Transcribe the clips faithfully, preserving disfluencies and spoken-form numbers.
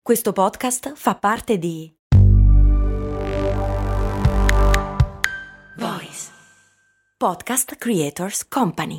Questo podcast fa parte di Voice Podcast Creators Company.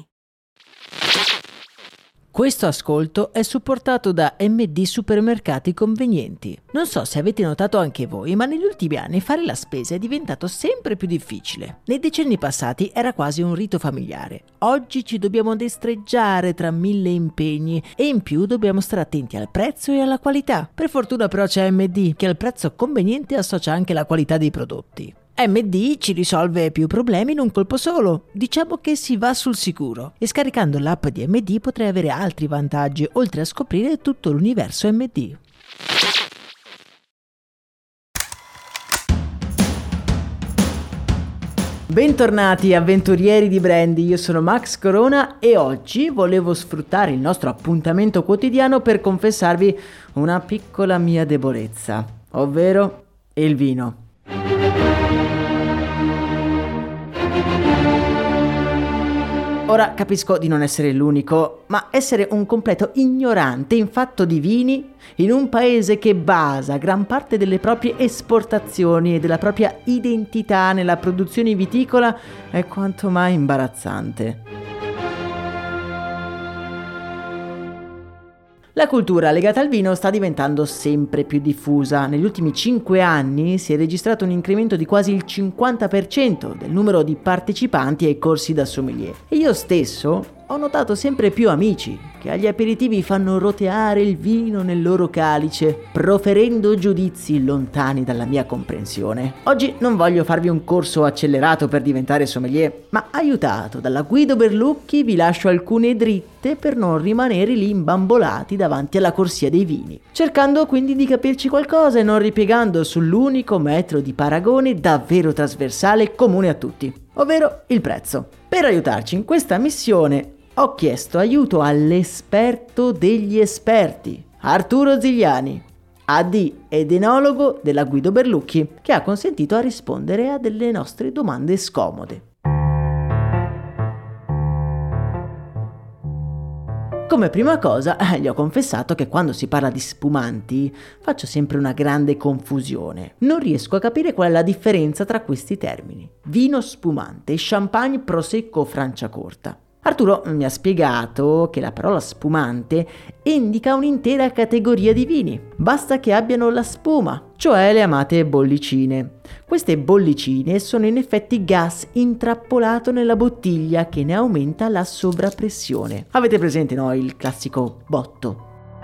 Questo ascolto è supportato da M D Supermercati Convenienti. Non so se avete notato anche voi, ma negli ultimi anni fare la spesa è diventato sempre più difficile. Nei decenni passati era quasi un rito familiare. Oggi ci dobbiamo destreggiare tra mille impegni e in più dobbiamo stare attenti al prezzo e alla qualità. Per fortuna però c'è M D, che al prezzo conveniente associa anche la qualità dei prodotti. M D ci risolve più problemi in un colpo solo. Diciamo che si va sul sicuro. E scaricando l'app di M D potrai avere altri vantaggi, oltre a scoprire tutto l'universo M D. Bentornati avventurieri di Brandy, io sono Max Corona e oggi volevo sfruttare il nostro appuntamento quotidiano per confessarvi una piccola mia debolezza, ovvero il vino. Ora capisco di non essere l'unico, ma essere un completo ignorante in fatto di vini in un paese che basa gran parte delle proprie esportazioni e della propria identità nella produzione viticola è quanto mai imbarazzante. La cultura legata al vino sta diventando sempre più diffusa. Negli ultimi cinque anni si è registrato un incremento di quasi il cinquanta per cento del numero di partecipanti ai corsi da sommelier. E io stesso ho notato sempre più amici che agli aperitivi fanno roteare il vino nel loro calice, proferendo giudizi lontani dalla mia comprensione. Oggi non voglio farvi un corso accelerato per diventare sommelier, ma aiutato dalla Guido Berlucchi vi lascio alcune dritte per non rimanere lì imbambolati davanti alla corsia dei vini, cercando quindi di capirci qualcosa e non ripiegando sull'unico metro di paragone davvero trasversale e comune a tutti, ovvero il prezzo. Per aiutarci in questa missione ho chiesto aiuto all'esperto degli esperti, Arturo Zigliani, A D ed enologo della Guido Berlucchi, che ha consentito a rispondere a delle nostre domande scomode. Come prima cosa, gli ho confessato che quando si parla di spumanti faccio sempre una grande confusione. Non riesco a capire qual è la differenza tra questi termini: vino spumante, champagne, prosecco o franciacorta. Arturo mi ha spiegato che la parola spumante indica un'intera categoria di vini. Basta che abbiano la spuma, cioè le amate bollicine. Queste bollicine sono in effetti gas intrappolato nella bottiglia che ne aumenta la sovrappressione. Avete presente, no? Il classico botto.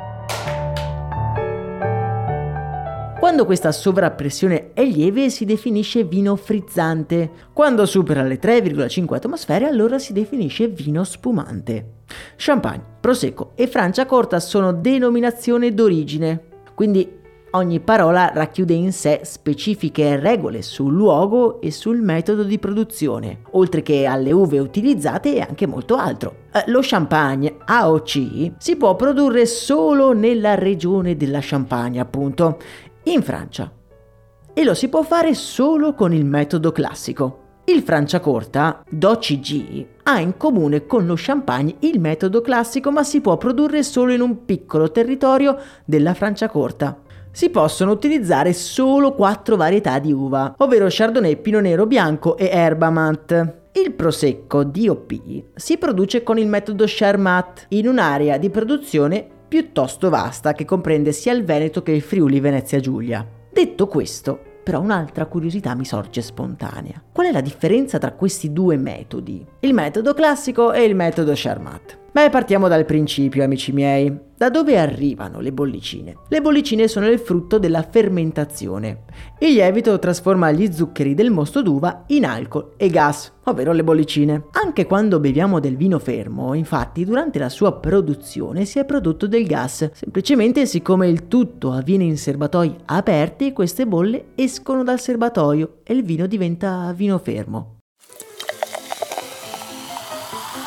Quando questa sovrappressione è lieve si definisce vino frizzante. Quando supera le tre virgola cinque atmosfere allora si definisce vino spumante. Champagne, prosecco e franciacorta sono denominazioni d'origine, quindi ogni parola racchiude in sé specifiche regole sul luogo e sul metodo di produzione, oltre che alle uve utilizzate e anche molto altro. Lo champagne A O C si può produrre solo nella regione della Champagne, appunto, in Francia, e lo si può fare solo con il metodo classico. Il franciacorta, D O C G, ha in comune con lo champagne il metodo classico, ma si può produrre solo in un piccolo territorio della Franciacorta. Si possono utilizzare solo quattro varietà di uva, ovvero Chardonnay, Pinot Nero bianco e Herbamant. Il prosecco D O P si produce con il metodo Charmat in un'area di produzione piuttosto vasta che comprende sia il Veneto che il Friuli Venezia Giulia. Detto questo, però un'altra curiosità mi sorge spontanea. Qual è la differenza tra questi due metodi? Il metodo classico e il metodo Charmat. Beh, partiamo dal principio, amici miei. Da dove arrivano le bollicine? Le bollicine sono il frutto della fermentazione. Il lievito trasforma gli zuccheri del mosto d'uva in alcol e gas, ovvero le bollicine. Anche quando beviamo del vino fermo, infatti, durante la sua produzione si è prodotto del gas. Semplicemente, siccome il tutto avviene in serbatoi aperti, queste bolle escono dal serbatoio e il vino diventa vino fermo.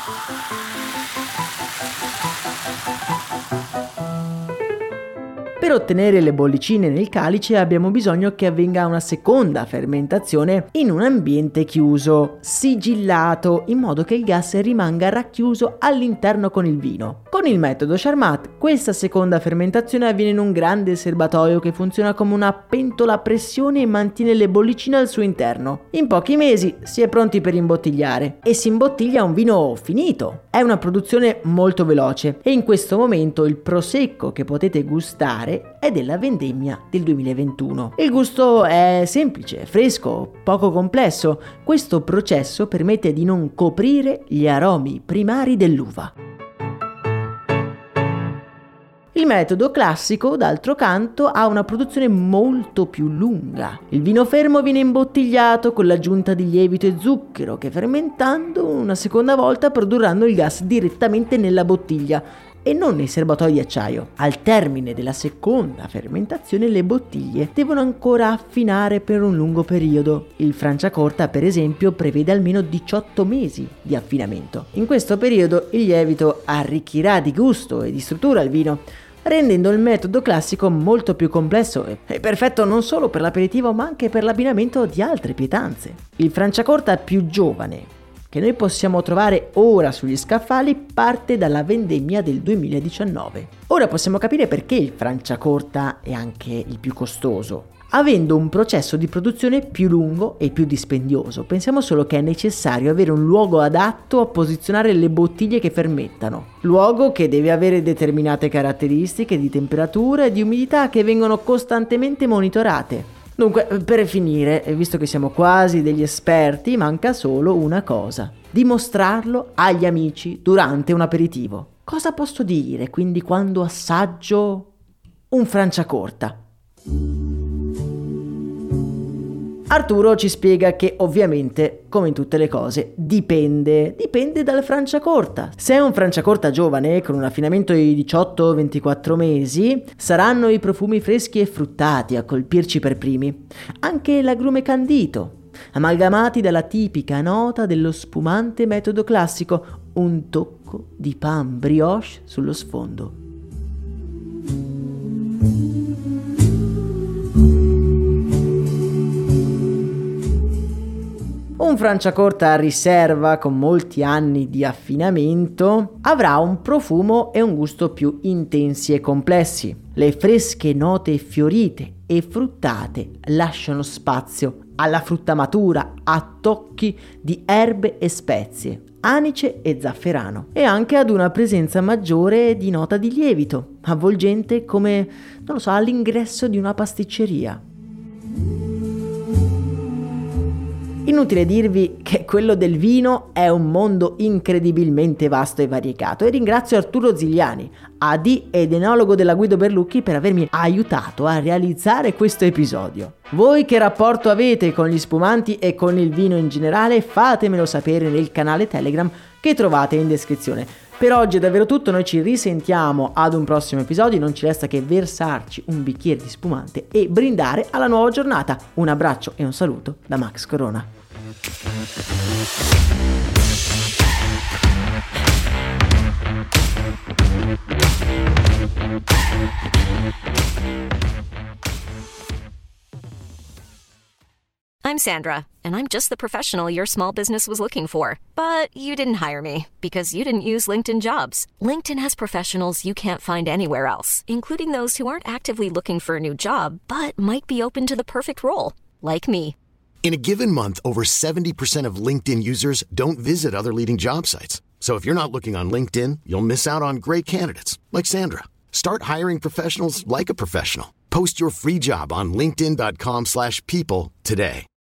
Per ottenere le bollicine nel calice abbiamo bisogno che avvenga una seconda fermentazione in un ambiente chiuso, sigillato, in modo che il gas rimanga racchiuso all'interno con il vino. Con il metodo Charmat questa seconda fermentazione avviene in un grande serbatoio che funziona come una pentola a pressione e mantiene le bollicine al suo interno. In pochi mesi si è pronti per imbottigliare e si imbottiglia un vino finito. È una produzione molto veloce e in questo momento il prosecco che potete gustare è della vendemmia del duemilaventuno. Il gusto è semplice, fresco, poco complesso. Questo processo permette di non coprire gli aromi primari dell'uva. Il metodo classico, d'altro canto, ha una produzione molto più lunga. Il vino fermo viene imbottigliato con l'aggiunta di lievito e zucchero che, fermentando una seconda volta, produrranno il gas direttamente nella bottiglia e non nei serbatoi di acciaio. Al termine della seconda fermentazione le bottiglie devono ancora affinare per un lungo periodo. Il Franciacorta, per esempio, prevede almeno diciotto mesi di affinamento. In questo periodo il lievito arricchirà di gusto e di struttura il vino, rendendo il metodo classico molto più complesso e perfetto non solo per l'aperitivo ma anche per l'abbinamento di altre pietanze. Il Franciacorta più giovane che noi possiamo trovare ora sugli scaffali parte dalla vendemmia del duemiladiciannove. Ora possiamo capire perché il Franciacorta è anche il più costoso. Avendo un processo di produzione più lungo e più dispendioso, pensiamo solo che è necessario avere un luogo adatto a posizionare le bottiglie che fermentano. Luogo che deve avere determinate caratteristiche di temperatura e di umidità che vengono costantemente monitorate. Dunque, per finire, visto che siamo quasi degli esperti, manca solo una cosa: dimostrarlo agli amici durante un aperitivo. Cosa posso dire quindi quando assaggio un Franciacorta? Arturo ci spiega che ovviamente, come in tutte le cose, dipende, dipende dal Franciacorta. Se è un Franciacorta giovane, con un affinamento di diciotto ventiquattro mesi, saranno i profumi freschi e fruttati a colpirci per primi. Anche l'agrume candito, amalgamati dalla tipica nota dello spumante metodo classico, un tocco di pan brioche sullo sfondo. Un Franciacorta a riserva con molti anni di affinamento avrà un profumo e un gusto più intensi e complessi. Le fresche note fiorite e fruttate lasciano spazio alla frutta matura, a tocchi di erbe e spezie, anice e zafferano, e anche ad una presenza maggiore di nota di lievito, avvolgente come, non lo so, all'ingresso di una pasticceria. Inutile dirvi che quello del vino è un mondo incredibilmente vasto e variegato e ringrazio Arturo Zigliani, A D ed enologo della Guido Berlucchi, per avermi aiutato a realizzare questo episodio. Voi che rapporto avete con gli spumanti e con il vino in generale? Fatemelo sapere nel canale Telegram che trovate in descrizione. Per oggi è davvero tutto, noi ci risentiamo ad un prossimo episodio, non ci resta che versarci un bicchiere di spumante e brindare alla nuova giornata. Un abbraccio e un saluto da Max Corona. I'm Sandra, and I'm just the professional your small business was looking for. But you didn't hire me because you didn't use LinkedIn Jobs. LinkedIn has professionals you can't find anywhere else, including those who aren't actively looking for a new job, but might be open to the perfect role, like me. In a given month, over seventy percent of LinkedIn users don't visit other leading job sites. So if you're not looking on LinkedIn, you'll miss out on great candidates like Sandra. Start hiring professionals like a professional. Post your free job on linkedin dot com slash people today.